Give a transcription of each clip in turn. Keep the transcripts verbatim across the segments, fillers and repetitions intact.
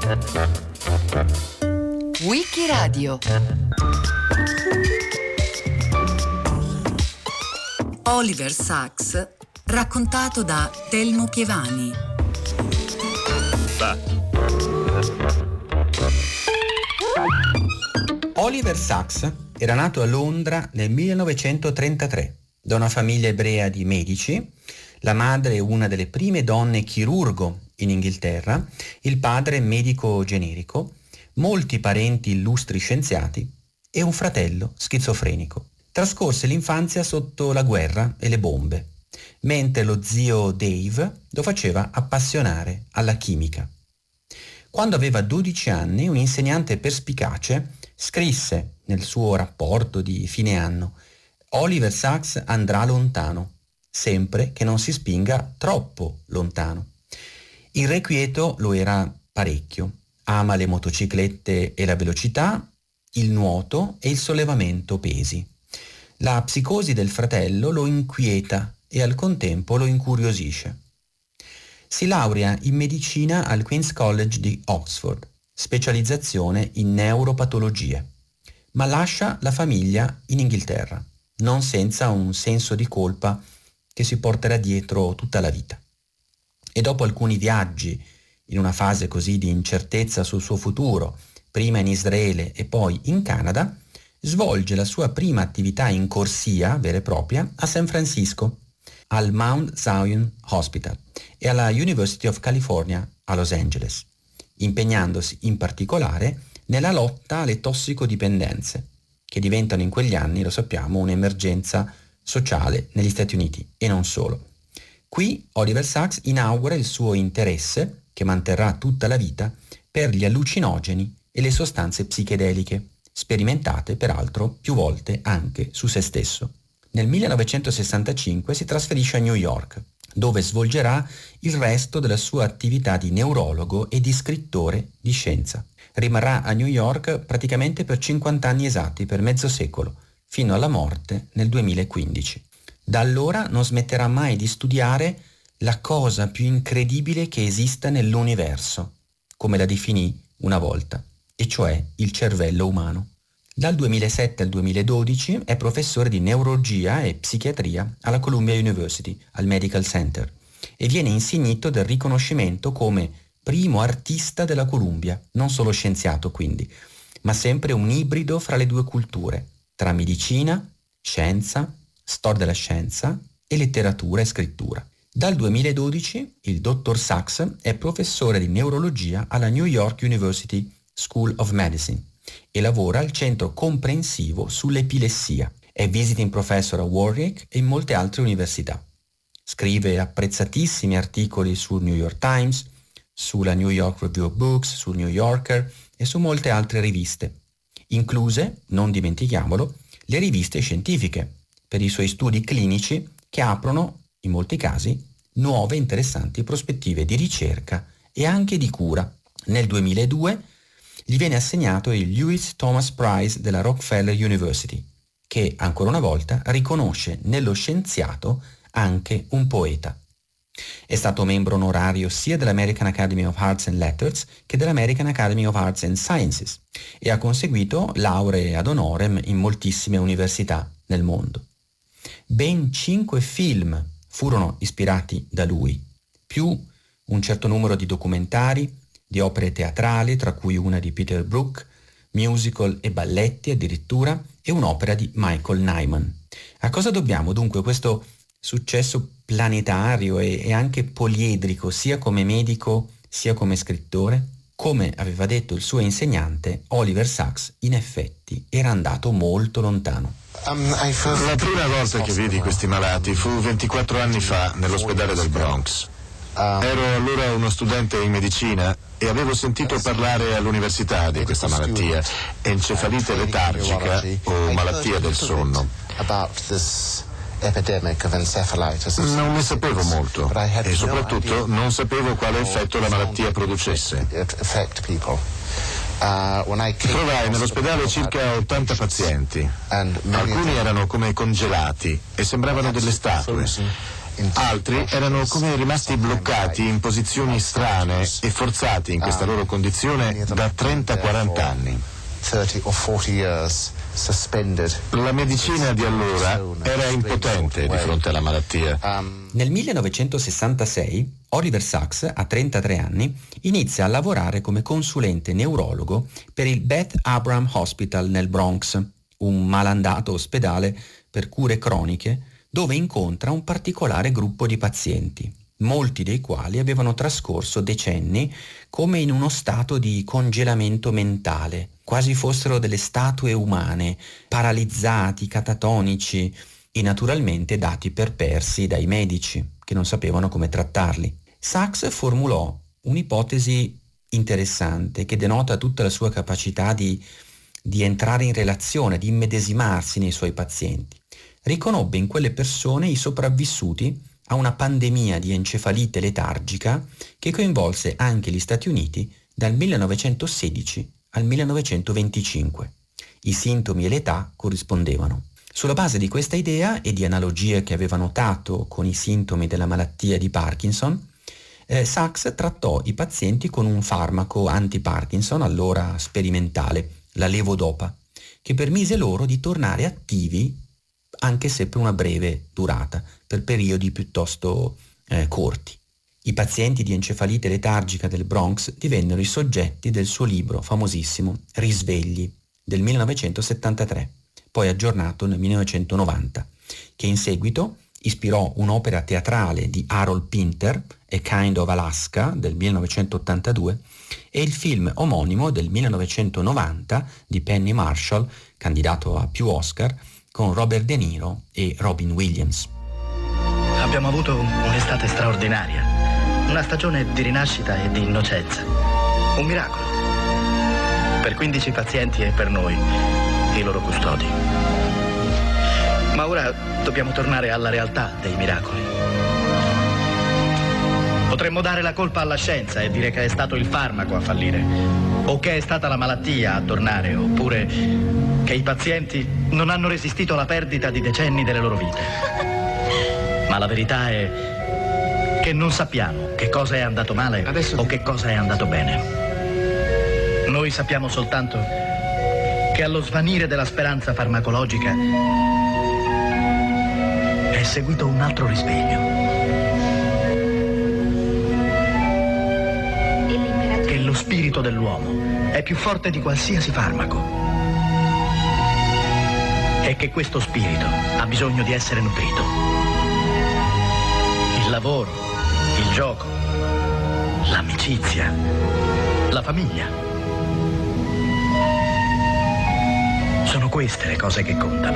Wikiradio. Oliver Sacks, raccontato da Telmo Pievani. Va. Oliver Sacks era nato a Londra nel millenovecentotrentatré da una famiglia ebrea di medici. La madre è una delle prime donne chirurgo in Inghilterra, il padre medico generico, molti parenti illustri scienziati e un fratello schizofrenico. Trascorse l'infanzia sotto la guerra e le bombe, mentre lo zio Dave lo faceva appassionare alla chimica. Quando aveva dodici anni, un insegnante perspicace scrisse nel suo rapporto di fine anno: Oliver Sacks andrà lontano, sempre che non si spinga troppo lontano. Irrequieto lo era parecchio. Ama le motociclette e la velocità, il nuoto e il sollevamento pesi. La psicosi del fratello lo inquieta e al contempo lo incuriosisce. Si laurea in medicina al Queen's College di Oxford, specializzazione in neuropatologie, ma lascia la famiglia in Inghilterra, non senza un senso di colpa che si porterà dietro tutta la vita. E dopo alcuni viaggi, in una fase così di incertezza sul suo futuro, prima in Israele e poi in Canada, svolge la sua prima attività in corsia vera e propria a San Francisco, al Mount Zion Hospital e alla University of California a Los Angeles, impegnandosi in particolare nella lotta alle tossicodipendenze, che diventano in quegli anni, lo sappiamo, un'emergenza sociale negli Stati Uniti e non solo. Qui Oliver Sacks inaugura il suo interesse, che manterrà tutta la vita, per gli allucinogeni e le sostanze psichedeliche, sperimentate peraltro più volte anche su se stesso. Nel millenovecentosessantacinque si trasferisce a New York, dove svolgerà il resto della sua attività di neurologo e di scrittore di scienza. Rimarrà a New York praticamente per cinquanta anni esatti, per mezzo secolo, fino alla morte nel duemilaquindici. Da allora non smetterà mai di studiare la cosa più incredibile che esista nell'universo, come la definì una volta, e cioè il cervello umano. Dal duemilasette al duemiladodici è professore di neurologia e psichiatria alla Columbia University, al Medical Center, e viene insignito del riconoscimento come primo artista della Columbia, non solo scienziato quindi, ma sempre un ibrido fra le due culture, tra medicina, scienza, storia della scienza e letteratura e scrittura. Dal duemiladodici il dottor Sacks è professore di neurologia alla New York University School of Medicine e lavora al centro comprensivo sull'epilessia. È visiting professor a Warwick e in molte altre università. Scrive apprezzatissimi articoli sul New York Times, sulla New York Review of Books, sul New Yorker e su molte altre riviste, incluse, non dimentichiamolo, le riviste scientifiche, per i suoi studi clinici che aprono, in molti casi, nuove interessanti prospettive di ricerca e anche di cura. Nel duemiladue gli viene assegnato il Lewis Thomas Prize della Rockefeller University, che ancora una volta riconosce nello scienziato anche un poeta. È stato membro onorario sia dell'American Academy of Arts and Letters che dell'American Academy of Arts and Sciences e ha conseguito lauree ad honorem in moltissime università nel mondo. Ben cinque film furono ispirati da lui, più un certo numero di documentari, di opere teatrali, tra cui una di Peter Brook, musical e balletti addirittura, e un'opera di Michael Nyman. A cosa dobbiamo dunque questo successo planetario e, e anche poliedrico, sia come medico sia come scrittore? Come aveva detto il suo insegnante, Oliver Sacks in effetti era andato molto lontano. La prima volta che vidi questi malati fu ventiquattro anni fa nell'ospedale del Bronx. Ero allora uno studente in medicina e avevo sentito parlare all'università di questa malattia, encefalite letargica o malattia del sonno. Non ne sapevo molto e soprattutto non sapevo quale effetto la malattia producesse. Trovai nell'ospedale circa ottanta pazienti. Alcuni erano come congelati e sembravano delle statue. Altri erano come rimasti bloccati in posizioni strane e forzati in questa loro condizione da trenta quaranta anni. La medicina di allora era impotente di fronte alla malattia. Nel millenovecentosessantasei Oliver Sacks, a trentatré anni, inizia a lavorare come consulente neurologo per il Beth Abraham Hospital nel Bronx, un malandato ospedale per cure croniche, dove incontra un particolare gruppo di pazienti, molti dei quali avevano trascorso decenni come in uno stato di congelamento mentale, quasi fossero delle statue umane, paralizzati, catatonici e naturalmente dati per persi dai medici, che non sapevano come trattarli. Sacks formulò un'ipotesi interessante che denota tutta la sua capacità di, di entrare in relazione, di immedesimarsi nei suoi pazienti. Riconobbe in quelle persone i sopravvissuti a una pandemia di encefalite letargica che coinvolse anche gli Stati Uniti dal millenovecentosedici al millenovecentoventicinque. I sintomi e l'età corrispondevano. Sulla base di questa idea e di analogie che aveva notato con i sintomi della malattia di Parkinson, eh, Sacks trattò i pazienti con un farmaco anti-Parkinson, allora sperimentale, la levodopa, che permise loro di tornare attivi anche se per una breve durata, per periodi piuttosto eh, corti. I pazienti di encefalite letargica del Bronx divennero i soggetti del suo libro famosissimo Risvegli del millenovecentosettantatré, poi aggiornato nel millenovecentonovanta, che in seguito ispirò un'opera teatrale di Harold Pinter, A Kind of Alaska del millenovecentottantadue, e il film omonimo del millenovecentonovanta di Penny Marshall, candidato a più Oscar, con Robert De Niro e Robin Williams. Abbiamo avuto un'estate straordinaria, una stagione di rinascita e di innocenza, un miracolo. Per quindici pazienti e per noi, i loro custodi. Ma ora dobbiamo tornare alla realtà dei miracoli. Potremmo dare la colpa alla scienza e dire che è stato il farmaco a fallire, o che è stata la malattia a tornare, oppure che i pazienti non hanno resistito alla perdita di decenni delle loro vite. Ma la verità è che non sappiamo che cosa è andato male Adesso... o che cosa è andato bene. Noi sappiamo soltanto che allo svanire della speranza farmacologica è seguito un altro risveglio. Che lo spirito dell'uomo è più forte di qualsiasi farmaco. E che questo spirito ha bisogno di essere nutrito. Il lavoro, il gioco, l'amicizia, la famiglia. Sono queste le cose che contano.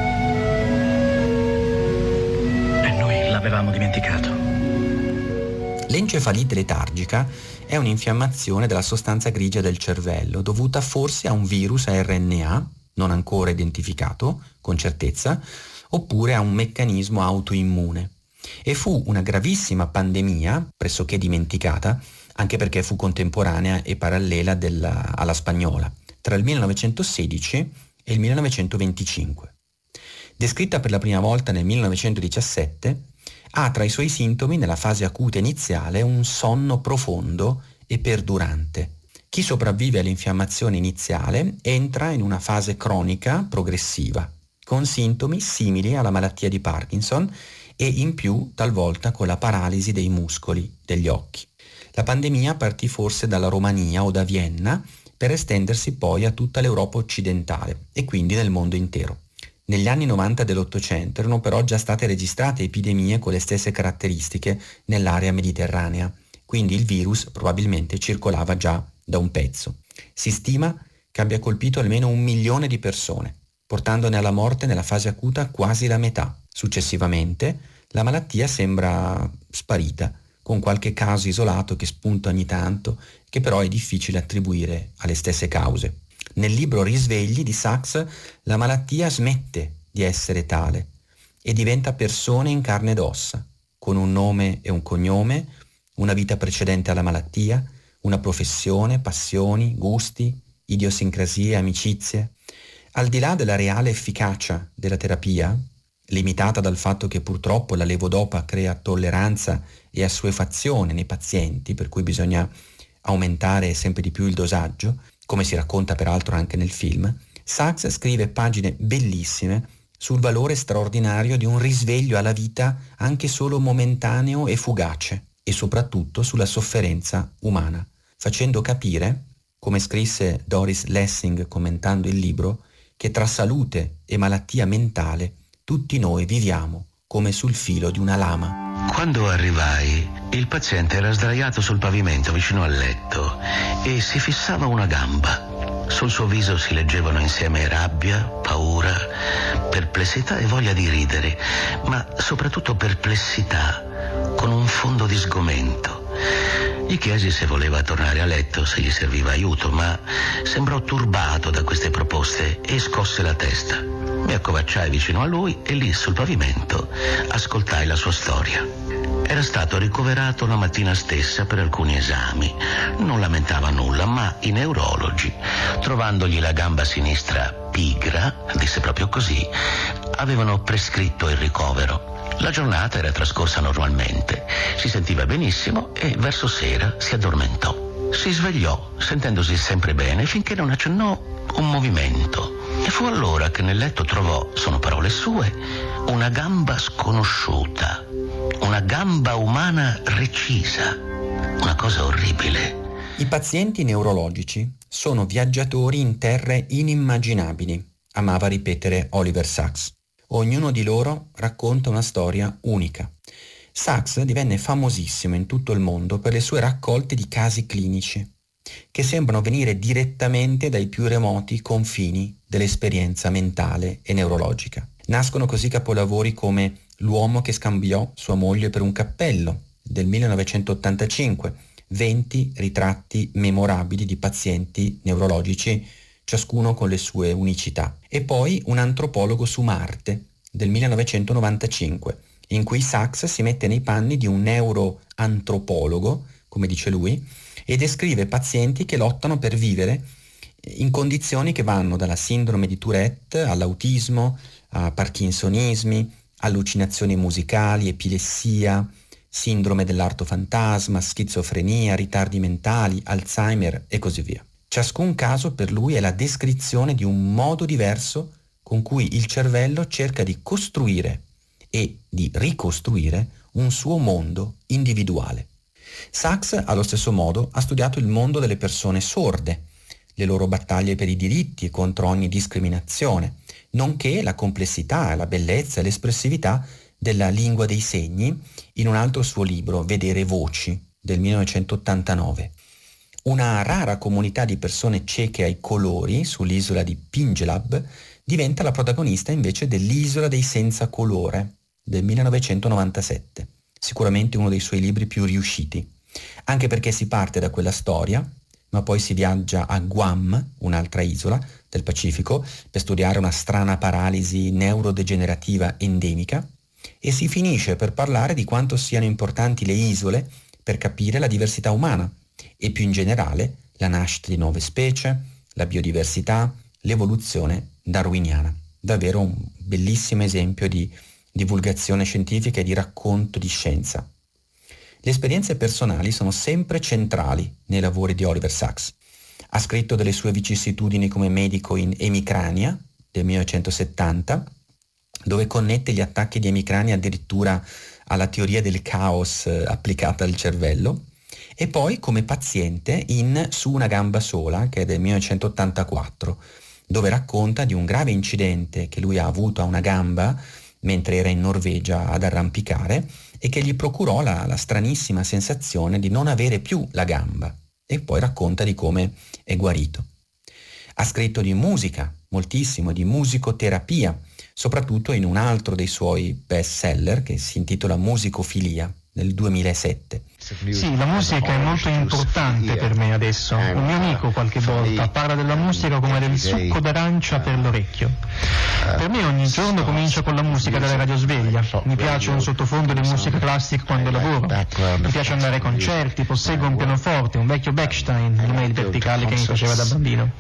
E noi l'avevamo dimenticato. L'encefalite letargica è un'infiammazione della sostanza grigia del cervello, dovuta forse a un virus a erre enne a, non ancora identificato con certezza, oppure a un meccanismo autoimmune. E fu una gravissima pandemia, pressoché dimenticata, anche perché fu contemporanea e parallela della, alla spagnola, tra il millenovecentosedici e il millenovecentoventicinque. Descritta per la prima volta nel millenovecentodiciassette, ha tra i suoi sintomi, nella fase acuta iniziale, un sonno profondo e perdurante. Chi sopravvive all'infiammazione iniziale entra in una fase cronica progressiva, con sintomi simili alla malattia di Parkinson e in più talvolta con la paralisi dei muscoli degli occhi. La pandemia partì forse dalla Romania o da Vienna per estendersi poi a tutta l'Europa occidentale e quindi nel mondo intero. Negli anni novanta dell'Ottocento erano però già state registrate epidemie con le stesse caratteristiche nell'area mediterranea, quindi il virus probabilmente circolava già da un pezzo. Si stima che abbia colpito almeno un milione di persone, portandone alla morte nella fase acuta quasi la metà. Successivamente la malattia sembra sparita, con qualche caso isolato che spunta ogni tanto, che però è difficile attribuire alle stesse cause. Nel libro Risvegli di Sacks la malattia smette di essere tale e diventa persona in carne ed ossa, con un nome e un cognome, una vita precedente alla malattia, una professione, passioni, gusti, idiosincrasie, amicizie. Al di là della reale efficacia della terapia, limitata dal fatto che purtroppo la levodopa crea tolleranza e assuefazione nei pazienti, per cui bisogna aumentare sempre di più il dosaggio, come si racconta peraltro anche nel film, Sachs scrive pagine bellissime sul valore straordinario di un risveglio alla vita anche solo momentaneo e fugace, e soprattutto sulla sofferenza umana, facendo capire, come scrisse Doris Lessing commentando il libro, che tra salute e malattia mentale tutti noi viviamo come sul filo di una lama. Quando arrivai, il paziente era sdraiato sul pavimento vicino al letto e si fissava una gamba. Sul suo viso si leggevano insieme rabbia, paura, perplessità e voglia di ridere, ma soprattutto perplessità, con un fondo di sgomento. Gli chiesi se voleva tornare a letto, se gli serviva aiuto, ma sembrò turbato da queste proposte e scosse la testa. Mi accovacciai vicino a lui e lì sul pavimento ascoltai la sua storia. Era stato ricoverato la mattina stessa per alcuni esami. Non lamentava nulla, ma i neurologi, trovandogli la gamba sinistra pigra, disse proprio così, avevano prescritto il ricovero. La giornata era trascorsa normalmente, si sentiva benissimo e verso sera si addormentò. Si svegliò, sentendosi sempre bene, finché non accennò un movimento. E fu allora che nel letto trovò, sono parole sue, una gamba sconosciuta, una gamba umana recisa, una cosa orribile. I pazienti neurologici sono viaggiatori in terre inimmaginabili, amava ripetere Oliver Sacks. Ognuno di loro racconta una storia unica. Sacks divenne famosissimo in tutto il mondo per le sue raccolte di casi clinici, che sembrano venire direttamente dai più remoti confini dell'esperienza mentale e neurologica. Nascono così capolavori come L'uomo che scambiò sua moglie per un cappello del millenovecentottantacinque, venti ritratti memorabili di pazienti neurologici, ciascuno con le sue unicità. E poi Un antropologo su Marte del millenovecentonovantacinque, in cui Sacks si mette nei panni di un neuroantropologo, come dice lui, e descrive pazienti che lottano per vivere in condizioni che vanno dalla sindrome di Tourette all'autismo, a parkinsonismi, allucinazioni musicali, epilessia, sindrome dell'arto fantasma, schizofrenia, ritardi mentali, Alzheimer e così via. Ciascun caso per lui è la descrizione di un modo diverso con cui il cervello cerca di costruire e di ricostruire un suo mondo individuale. Sacks, allo stesso modo, ha studiato il mondo delle persone sorde, le loro battaglie per i diritti e contro ogni discriminazione, nonché la complessità, la bellezza e l'espressività della lingua dei segni in un altro suo libro, Vedere voci, del millenovecentottantanove. Una rara comunità di persone cieche ai colori sull'isola di Pingelab diventa la protagonista invece dell'Isola dei senza colore, del millenovecentonovantasette, sicuramente uno dei suoi libri più riusciti, anche perché si parte da quella storia, ma poi si viaggia a Guam, un'altra isola del Pacifico, per studiare una strana paralisi neurodegenerativa endemica, e si finisce per parlare di quanto siano importanti le isole per capire la diversità umana e più in generale la nascita di nuove specie, la biodiversità, l'evoluzione darwiniana. Davvero un bellissimo esempio di divulgazione scientifica e di racconto di scienza. Le esperienze personali sono sempre centrali nei lavori di Oliver Sacks. Ha scritto delle sue vicissitudini come medico in Emicrania del millenovecentosettanta, dove connette gli attacchi di emicrania addirittura alla teoria del caos applicata al cervello, e poi come paziente in Su una gamba sola, che è del millenovecentottantaquattro, dove racconta di un grave incidente che lui ha avuto a una gamba mentre era in Norvegia ad arrampicare e che gli procurò la, la stranissima sensazione di non avere più la gamba, e poi racconta di come è guarito. Ha scritto di musica, moltissimo, di musicoterapia, soprattutto in un altro dei suoi best seller che si intitola Musicofilia nel duemilasette. Sì, la musica è molto importante per me adesso. Un mio amico qualche volta parla della musica come del succo d'arancia per l'orecchio. Per me ogni giorno comincia con la musica della radiosveglia. Mi piace un sottofondo di musica classica quando lavoro. Mi piace andare ai concerti, posseggo un pianoforte, un vecchio Bechstein, non è il verticale che mi faceva da bambino.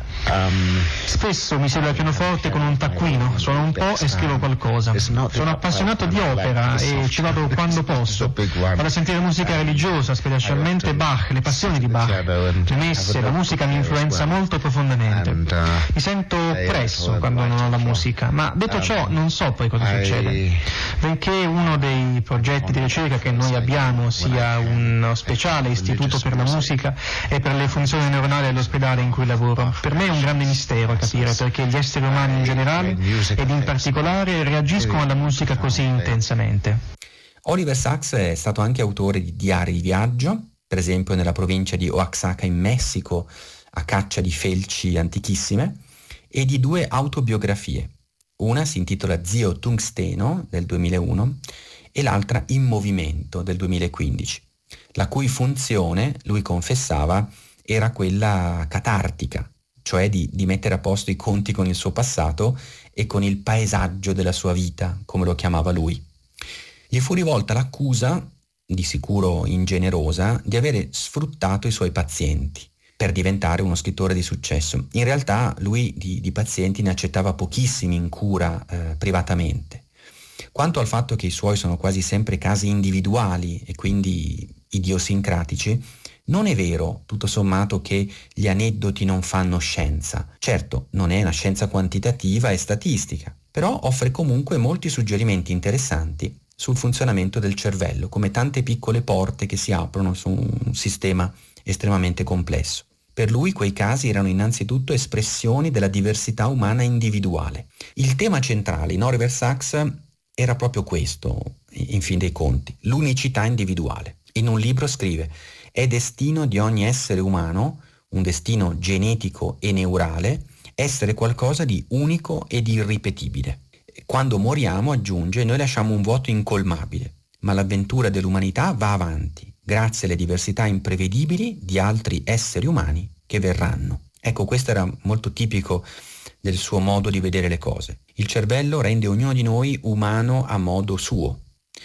Spesso mi siedo al pianoforte con un taccuino, suono un po' e scrivo qualcosa. Sono appassionato di opera e ci vado quando posso. Vado a sentire musica religiosa, specialmente Bach, le passioni di Bach. Le messe, la musica mi influenza molto profondamente. Mi sento oppresso quando non ho la musica, ma detto ciò non so poi cosa succede. Benché uno dei progetti di ricerca che noi abbiamo sia uno speciale istituto per la musica e per le funzioni neuronali dell'ospedale in cui lavoro, per me è un grande mistero capire perché gli esseri umani in generale ed in particolare reagiscono alla musica così intensamente. Oliver Sacks è stato anche autore di diari di viaggio, per esempio nella provincia di Oaxaca in Messico, a caccia di felci antichissime, e di due autobiografie. Una si intitola Zio Tungsteno del duemilauno e l'altra In movimento del duemilaquindici, la cui funzione, lui confessava, era quella catartica, cioè di, di mettere a posto i conti con il suo passato e con il paesaggio della sua vita, come lo chiamava lui. Gli fu rivolta l'accusa, di sicuro ingenerosa, di avere sfruttato i suoi pazienti per diventare uno scrittore di successo. In realtà lui di, di pazienti ne accettava pochissimi in cura eh, privatamente. Quanto al fatto che i suoi sono quasi sempre casi individuali e quindi idiosincratici, non è vero, tutto sommato, che gli aneddoti non fanno scienza. Certo, non è una scienza quantitativa e statistica, però offre comunque molti suggerimenti interessanti sul funzionamento del cervello, come tante piccole porte che si aprono su un sistema estremamente complesso. Per lui quei casi erano innanzitutto espressioni della diversità umana individuale. Il tema centrale in Oliver Sacks era proprio questo, in fin dei conti, l'unicità individuale. In un libro scrive: «È destino di ogni essere umano, un destino genetico e neurale, essere qualcosa di unico ed irripetibile. Quando moriamo», aggiunge, «noi lasciamo un vuoto incolmabile, ma l'avventura dell'umanità va avanti, grazie alle diversità imprevedibili di altri esseri umani che verranno». Ecco, questo era molto tipico del suo modo di vedere le cose. Il cervello rende ognuno di noi umano a modo suo.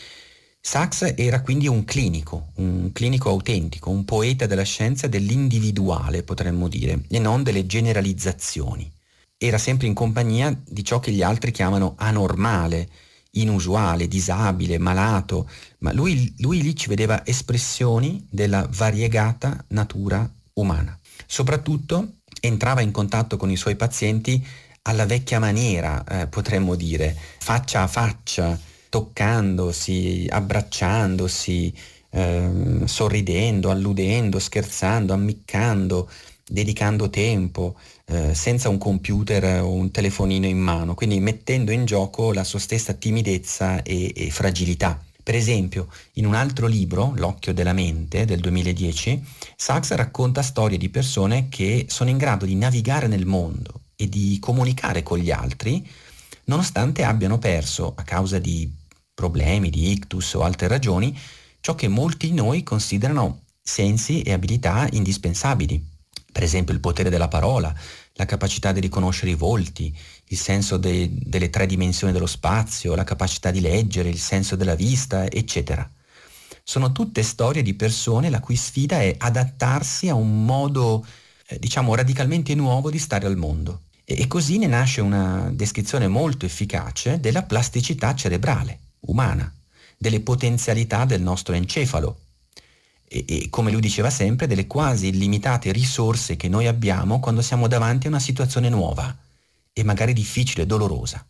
Sacks era quindi un clinico, un clinico autentico, un poeta della scienza dell'individuale, potremmo dire, e non delle generalizzazioni. Era sempre in compagnia di ciò che gli altri chiamano anormale, inusuale, disabile, malato, ma lui, lui lì ci vedeva espressioni della variegata natura umana. Soprattutto entrava in contatto con i suoi pazienti alla vecchia maniera, eh, potremmo dire, faccia a faccia, toccandosi, abbracciandosi, eh, sorridendo, alludendo, scherzando, ammiccando, dedicando tempo, eh, senza un computer o un telefonino in mano, quindi mettendo in gioco la sua stessa timidezza e, e fragilità. Per esempio, in un altro libro, L'occhio della mente, del duemiladieci, Sacks racconta storie di persone che sono in grado di navigare nel mondo e di comunicare con gli altri, nonostante abbiano perso, a causa di problemi, di ictus o altre ragioni, ciò che molti di noi considerano sensi e abilità indispensabili. Per esempio il potere della parola, la capacità di riconoscere i volti, il senso de- delle tre dimensioni dello spazio, la capacità di leggere, il senso della vista, eccetera. Sono tutte storie di persone la cui sfida è adattarsi a un modo, eh, diciamo, radicalmente nuovo di stare al mondo. E-, e così ne nasce una descrizione molto efficace della plasticità cerebrale, umana, delle potenzialità del nostro encefalo, e, e come lui diceva sempre, delle quasi illimitate risorse che noi abbiamo quando siamo davanti a una situazione nuova e magari difficile, dolorosa.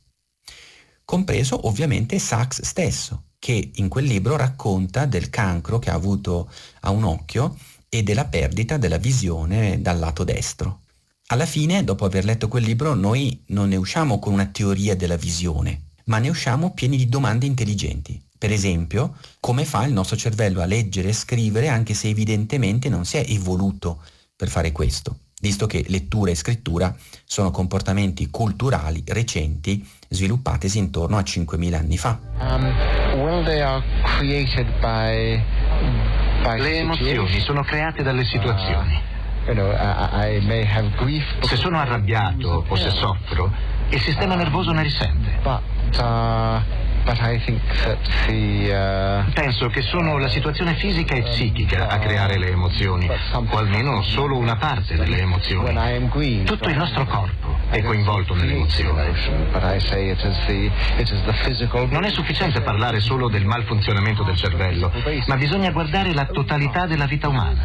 Compreso ovviamente Sacks stesso, che in quel libro racconta del cancro che ha avuto a un occhio e della perdita della visione dal lato destro. Alla fine, dopo aver letto quel libro, noi non ne usciamo con una teoria della visione, ma ne usciamo pieni di domande intelligenti. Per esempio, come fa il nostro cervello a leggere e scrivere anche se evidentemente non si è evoluto per fare questo? visto che lettura e scrittura sono comportamenti culturali recenti sviluppatesi intorno a cinquemila anni fa. Um, well, they are created by, by Le emozioni sono create dalle situazioni. Uh, you know, I, I may have grief. Se sono arrabbiato o se soffro, il sistema nervoso ne risente. But, uh, But I think that the, uh... Penso che sono la situazione fisica e psichica a creare le emozioni, o almeno solo una parte delle emozioni. Tutto il nostro corpo è coinvolto nelle emozioni. Non è sufficiente parlare solo del malfunzionamento del cervello, ma bisogna guardare la totalità della vita umana.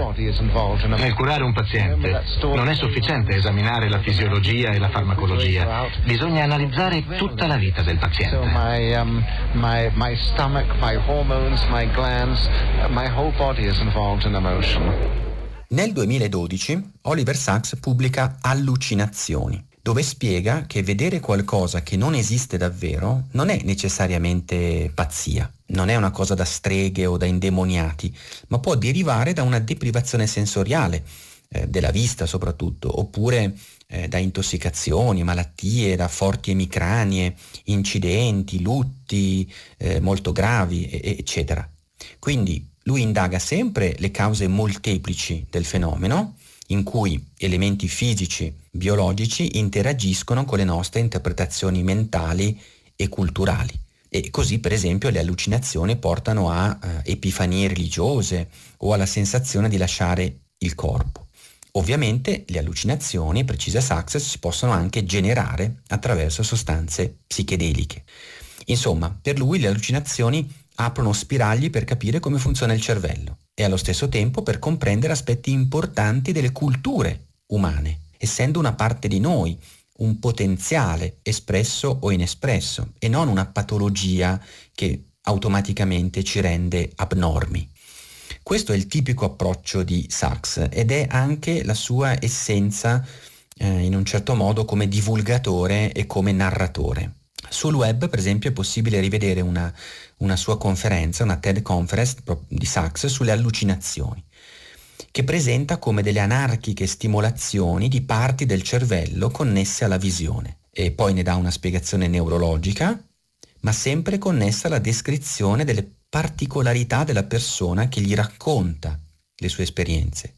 Nel curare un paziente non è sufficiente esaminare la fisiologia e la farmacologia, bisogna analizzare tutta la vita del paziente. My, my stomach, my hormones, my glands, my whole body is involved in emotion. Nel duemiladodici Oliver Sacks pubblica Allucinazioni, dove spiega che vedere qualcosa che non esiste davvero non è necessariamente pazzia, non è una cosa da streghe o da indemoniati, ma può derivare da una deprivazione sensoriale, eh, della vista soprattutto, oppure Eh, da intossicazioni, malattie, da forti emicranie, incidenti, lutti eh, molto gravi, e, eccetera. Quindi lui indaga sempre le cause molteplici del fenomeno, in cui elementi fisici, biologici interagiscono con le nostre interpretazioni mentali e culturali. E così, per esempio, le allucinazioni portano a eh, epifanie religiose o alla sensazione di lasciare il corpo. Ovviamente le allucinazioni, precisa Sacks, si possono anche generare attraverso sostanze psichedeliche. Insomma, per lui le allucinazioni aprono spiragli per capire come funziona il cervello e allo stesso tempo per comprendere aspetti importanti delle culture umane, essendo una parte di noi, un potenziale espresso o inespresso e non una patologia che automaticamente ci rende abnormi. Questo è il tipico approccio di Sacks ed è anche la sua essenza eh, in un certo modo come divulgatore e come narratore. Sul web, per esempio, è possibile rivedere una, una sua conferenza, una TED Conference di Sacks sulle allucinazioni, che presenta come delle anarchiche stimolazioni di parti del cervello connesse alla visione, e poi ne dà una spiegazione neurologica, ma sempre connessa alla descrizione delle particolarità della persona che gli racconta le sue esperienze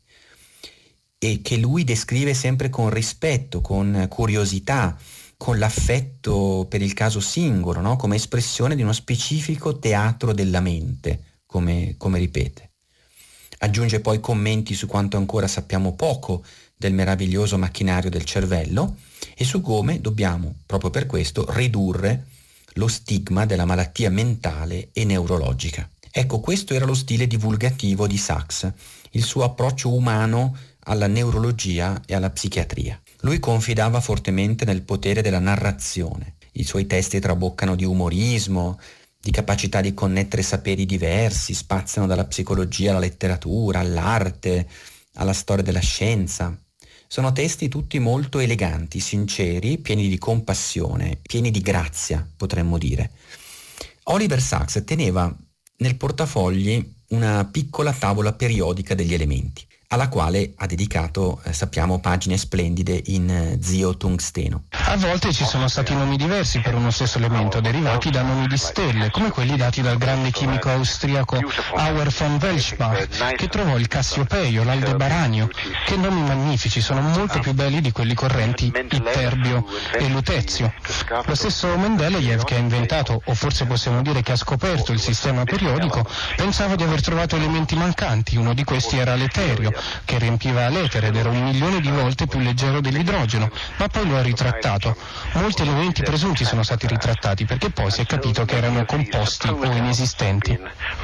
e che lui descrive sempre con rispetto, con curiosità, con l'affetto per il caso singolo, no? Come espressione di uno specifico teatro della mente, come, come ripete. Aggiunge poi commenti su quanto ancora sappiamo poco del meraviglioso macchinario del cervello e su come dobbiamo, proprio per questo, ridurre lo stigma della malattia mentale e neurologica. Ecco, questo era lo stile divulgativo di Sacks, il suo approccio umano alla neurologia e alla psichiatria. Lui confidava fortemente nel potere della narrazione. I suoi testi traboccano di umorismo, di capacità di connettere saperi diversi, spaziano dalla psicologia alla letteratura, all'arte, alla storia della scienza. Sono testi tutti molto eleganti, sinceri, pieni di compassione, pieni di grazia, potremmo dire. Oliver Sacks teneva nel portafogli una piccola tavola periodica degli elementi, alla quale ha dedicato, eh, sappiamo, pagine splendide in eh, zio tungsteno. A volte ci sono stati nomi diversi per uno stesso elemento, derivati da nomi di stelle, come quelli dati dal grande chimico austriaco Auer von Welschbach, che trovò il Cassiopeio, l'Aldebaranio. Che nomi magnifici, sono molto più belli di quelli correnti Iterbio e Lutezio. Lo stesso Mendeleev, che ha inventato, o forse possiamo dire che ha scoperto il sistema periodico, pensava di aver trovato elementi mancanti. Uno di questi era l'eterio, che riempiva l'etere ed era un milione di volte più leggero dell'idrogeno, ma poi lo ha ritrattato. Molti elementi presunti sono stati ritrattati perché poi si è capito che erano composti o inesistenti.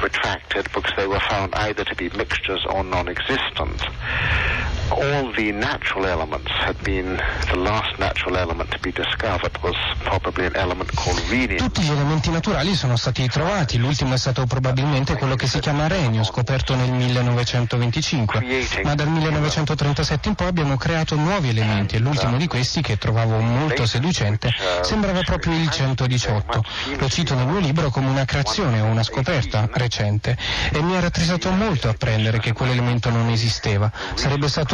All the natural elements had been, the last natural element to be discovered was probably an element called rhenium. Tutti gli elementi naturali sono stati trovati, l'ultimo è stato probabilmente quello che si chiama renio, scoperto nel millenovecentoventicinque, ma dal millenovecentotrentasette in poi abbiamo creato nuovi elementi e l'ultimo di questi, che trovavo molto seducente, sembrava proprio il centodiciotto. Lo cito nel mio libro come una creazione o una scoperta recente e mi ha rattrissato molto apprendere che quell'elemento non esisteva. Sarebbe stato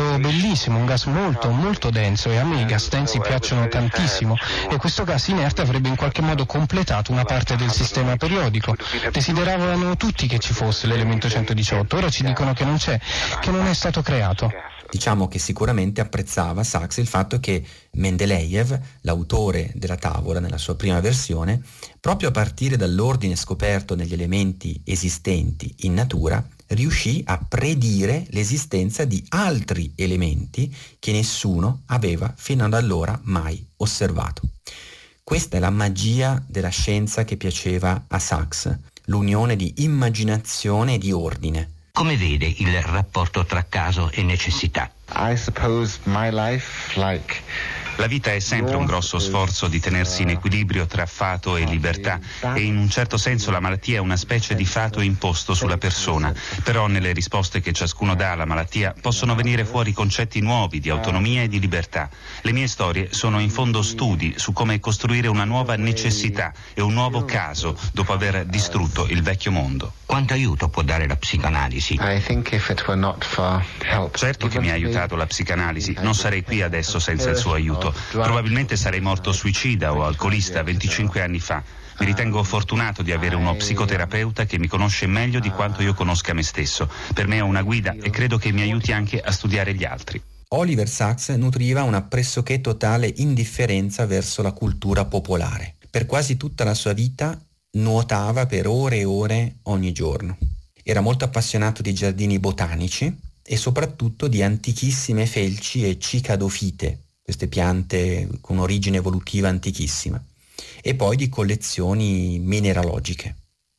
effetto bellissimo, un gas molto molto denso, e a me i gas densi piacciono tantissimo, e questo gas inerte avrebbe in qualche modo completato una parte del sistema periodico. Desideravano tutti che ci fosse l'elemento centodiciotto, ora ci dicono che non c'è, che non è stato creato. Diciamo che sicuramente apprezzava Sachs il fatto che Mendeleev, l'autore della tavola nella sua prima versione, proprio a partire dall'ordine scoperto negli elementi esistenti in natura, riuscì a predire l'esistenza di altri elementi che nessuno aveva fino ad allora mai osservato. Questa è la magia della scienza che piaceva a Sachs, l'unione di immaginazione e di ordine. Come vede il rapporto tra caso e necessità? I suppose my life, like La vita è sempre un grosso sforzo di tenersi in equilibrio tra fato e libertà, e in un certo senso la malattia è una specie di fato imposto sulla persona. Però nelle risposte che ciascuno dà alla malattia possono venire fuori concetti nuovi di autonomia e di libertà. Le mie storie sono in fondo studi su come costruire una nuova necessità e un nuovo caso dopo aver distrutto il vecchio mondo. Quanto aiuto può dare la psicanalisi? I think if it were not for help. Certo che mi ha aiutato la psicanalisi, non sarei qui adesso senza il suo aiuto. Probabilmente sarei morto suicida o alcolista venticinque anni fa. Mi ritengo fortunato di avere uno psicoterapeuta che mi conosce meglio di quanto io conosca me stesso. Per me è una guida e credo che mi aiuti anche a studiare gli altri. Oliver Sacks nutriva una pressoché totale indifferenza verso la cultura popolare. Per quasi tutta la sua vita nuotava per ore e ore ogni giorno. Era molto appassionato di giardini botanici e soprattutto di antichissime felci e cicadofite, queste piante con origine evolutiva antichissima, e poi di collezioni mineralogiche.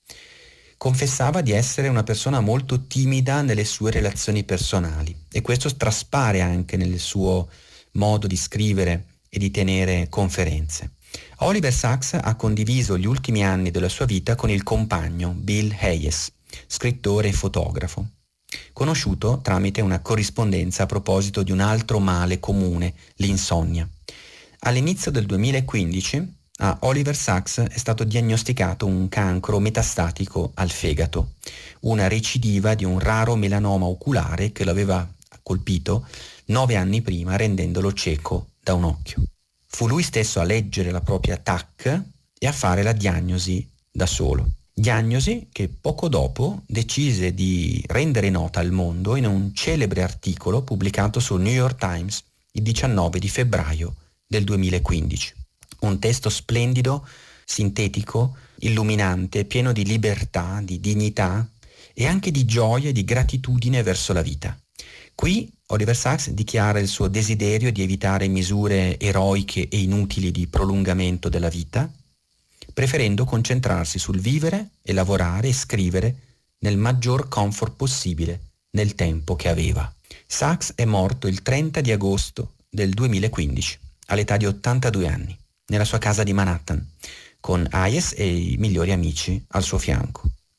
Confessava di essere una persona molto timida nelle sue relazioni personali, e questo traspare anche nel suo modo di scrivere e di tenere conferenze. Oliver Sacks ha condiviso gli ultimi anni della sua vita con il compagno Bill Hayes, scrittore e fotografo, conosciuto tramite una corrispondenza a proposito di un altro male comune, l'insonnia. All'inizio del duemilaquindici a Oliver Sacks è stato diagnosticato un cancro metastatico al fegato, una recidiva di un raro melanoma oculare che lo aveva colpito nove anni prima, rendendolo cieco da un occhio. Fu lui stesso a leggere la propria T A C e a fare la diagnosi da solo. Diagnosi che poco dopo decise di rendere nota al mondo in un celebre articolo pubblicato sul New York Times il diciannove di febbraio del duemilaquindici. Un testo splendido, sintetico, illuminante, pieno di libertà, di dignità e anche di gioia e di gratitudine verso la vita. Qui Oliver Sacks dichiara il suo desiderio di evitare misure eroiche e inutili di prolungamento della vita, preferendo concentrarsi sul vivere e lavorare e scrivere nel maggior comfort possibile nel tempo che aveva. Sacks è morto il trenta di agosto del duemilaquindici, all'età di ottantadue anni, nella sua casa di Manhattan, con Hayes e i migliori amici al suo fianco.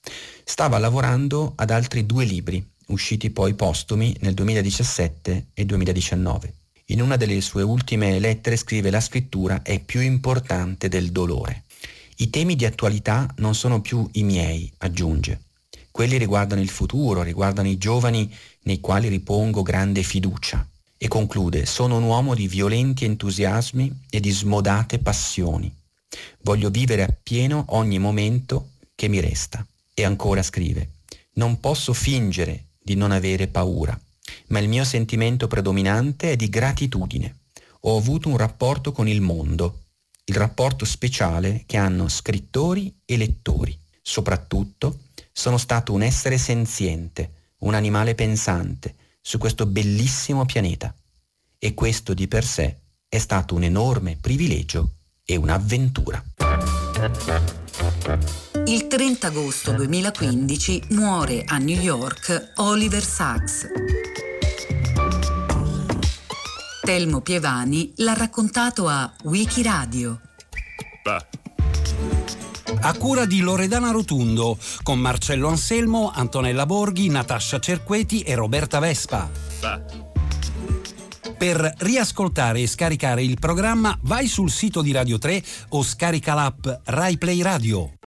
Stava lavorando ad altri due libri, usciti poi postumi nel duemiladiciassette e duemiladiciannove. In una delle sue ultime lettere scrive: «La scrittura è più importante del dolore. I temi di attualità non sono più i miei», aggiunge. «Quelli riguardano il futuro, riguardano i giovani nei quali ripongo grande fiducia». E conclude: «Sono un uomo di violenti entusiasmi e di smodate passioni. Voglio vivere appieno ogni momento che mi resta». E ancora scrive: «Non posso fingere di non avere paura, ma il mio sentimento predominante è di gratitudine. Ho avuto un rapporto con il mondo, il rapporto speciale che hanno scrittori e lettori. Soprattutto sono stato un essere senziente, un animale pensante su questo bellissimo pianeta. E questo di per sé è stato un enorme privilegio e un'avventura». Il trenta agosto duemilaquindici muore a New York Oliver Sacks. Telmo Pievani l'ha raccontato a Wikiradio. Va. A cura di Loredana Rotundo, con Marcello Anselmo, Antonella Borghi, Natascia Cerqueti e Roberta Vespa. Va. Per riascoltare e scaricare il programma vai sul sito di Radio tre o scarica l'app Rai Play Radio.